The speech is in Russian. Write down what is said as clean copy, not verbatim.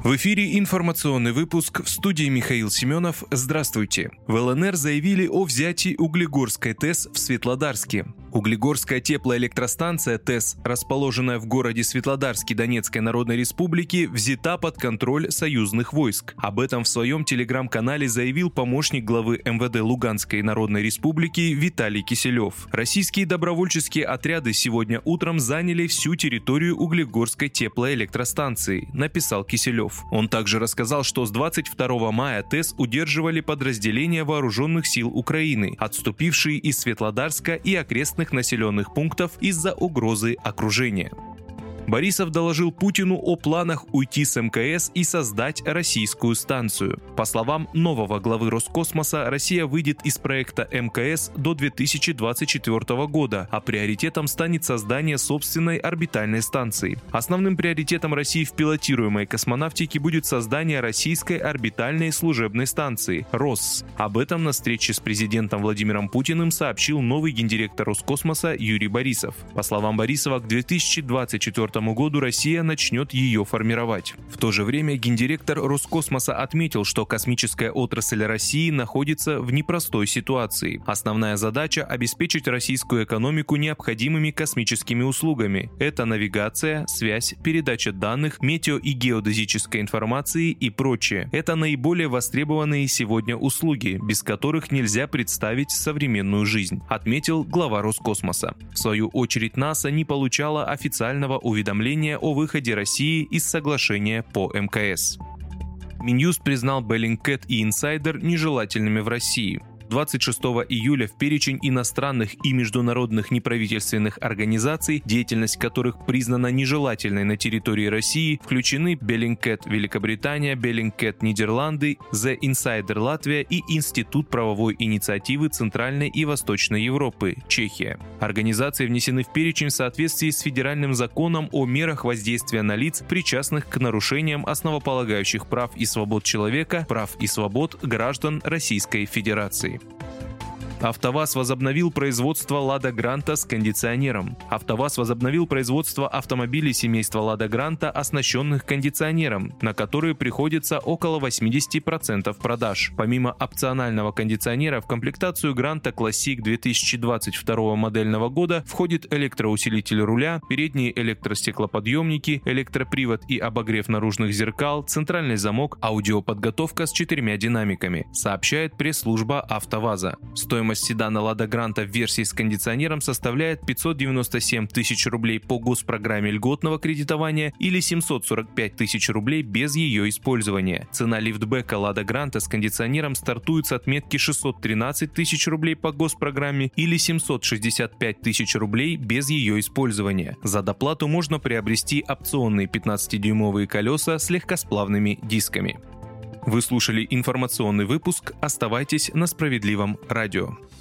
В эфире информационный выпуск, в студии Михаил Семенов. Здравствуйте. В ЛНР заявили о взятии Углегорской ТЭС в Светлодарске. Углегорская теплоэлектростанция ТЭС, расположенная в городе Светлодарске Донецкой Народной Республики, взята под контроль союзных войск. Об этом в своем телеграм-канале заявил помощник главы МВД Луганской Народной Республики Виталий Киселев. Российские добровольческие отряды сегодня утром заняли всю территорию Углегорской теплоэлектростанции, написал Киселев. Он также рассказал, что с 22 мая ТЭС удерживали подразделения вооруженных сил Украины, отступившие из Светлодарска и окрестных населенных пунктов из-за угрозы окружения. Борисов доложил Путину о планах уйти с МКС и создать российскую станцию. По словам нового главы Роскосмоса, Россия выйдет из проекта МКС до 2024 года, а приоритетом станет создание собственной орбитальной станции. Основным приоритетом России в пилотируемой космонавтике будет создание российской орбитальной служебной станции РОСС. Об этом на встрече с президентом Владимиром Путиным сообщил новый гендиректор Роскосмоса Юрий Борисов. По словам Борисова, к 2024 году Россия начнет ее формировать. В то же время гендиректор Роскосмоса отметил, что космическая отрасль России находится в непростой ситуации. Основная задача – обеспечить российскую экономику необходимыми космическими услугами. Это навигация, связь, передача данных, метео- и геодезической информации и прочее. Это наиболее востребованные сегодня услуги, без которых нельзя представить современную жизнь, отметил глава Роскосмоса. В свою очередь НАСА не получала официального уведомления о выходе России из соглашения по МКС. Минюст признал Bellingcat и Insider нежелательными в России. 26 июля в перечень иностранных и международных неправительственных организаций, деятельность которых признана нежелательной на территории России, включены Bellingcat Великобритания, Bellingcat Нидерланды, The Insider Латвия и Институт правовой инициативы Центральной и Восточной Европы, Чехия. Организации внесены в перечень в соответствии с федеральным законом о мерах воздействия на лиц, причастных к нарушениям основополагающих прав и свобод человека, прав и свобод граждан Российской Федерации. АвтоВАЗ возобновил производство «Лада Гранта» с кондиционером. АвтоВАЗ возобновил производство автомобилей семейства «Лада Гранта», оснащенных кондиционером, на которые приходится около 80% продаж. Помимо опционального кондиционера, в комплектацию Гранта Classic 2022 модельного года входит электроусилитель руля, передние электростеклоподъемники, электропривод и обогрев наружных зеркал, центральный замок, аудиоподготовка с 4 динамиками, сообщает пресс-служба АвтоВАЗа. Стоимость седана «Лада Гранта» в версии с кондиционером составляет 597 тысяч рублей по госпрограмме льготного кредитования или 745 тысяч рублей без ее использования. Цена лифтбека «Лада Гранта» с кондиционером стартует с отметки 613 тысяч рублей по госпрограмме или 765 тысяч рублей без ее использования. За доплату можно приобрести опционные 15-дюймовые колеса с легкосплавными дисками. Вы слушали информационный выпуск. Оставайтесь на Справедливом радио.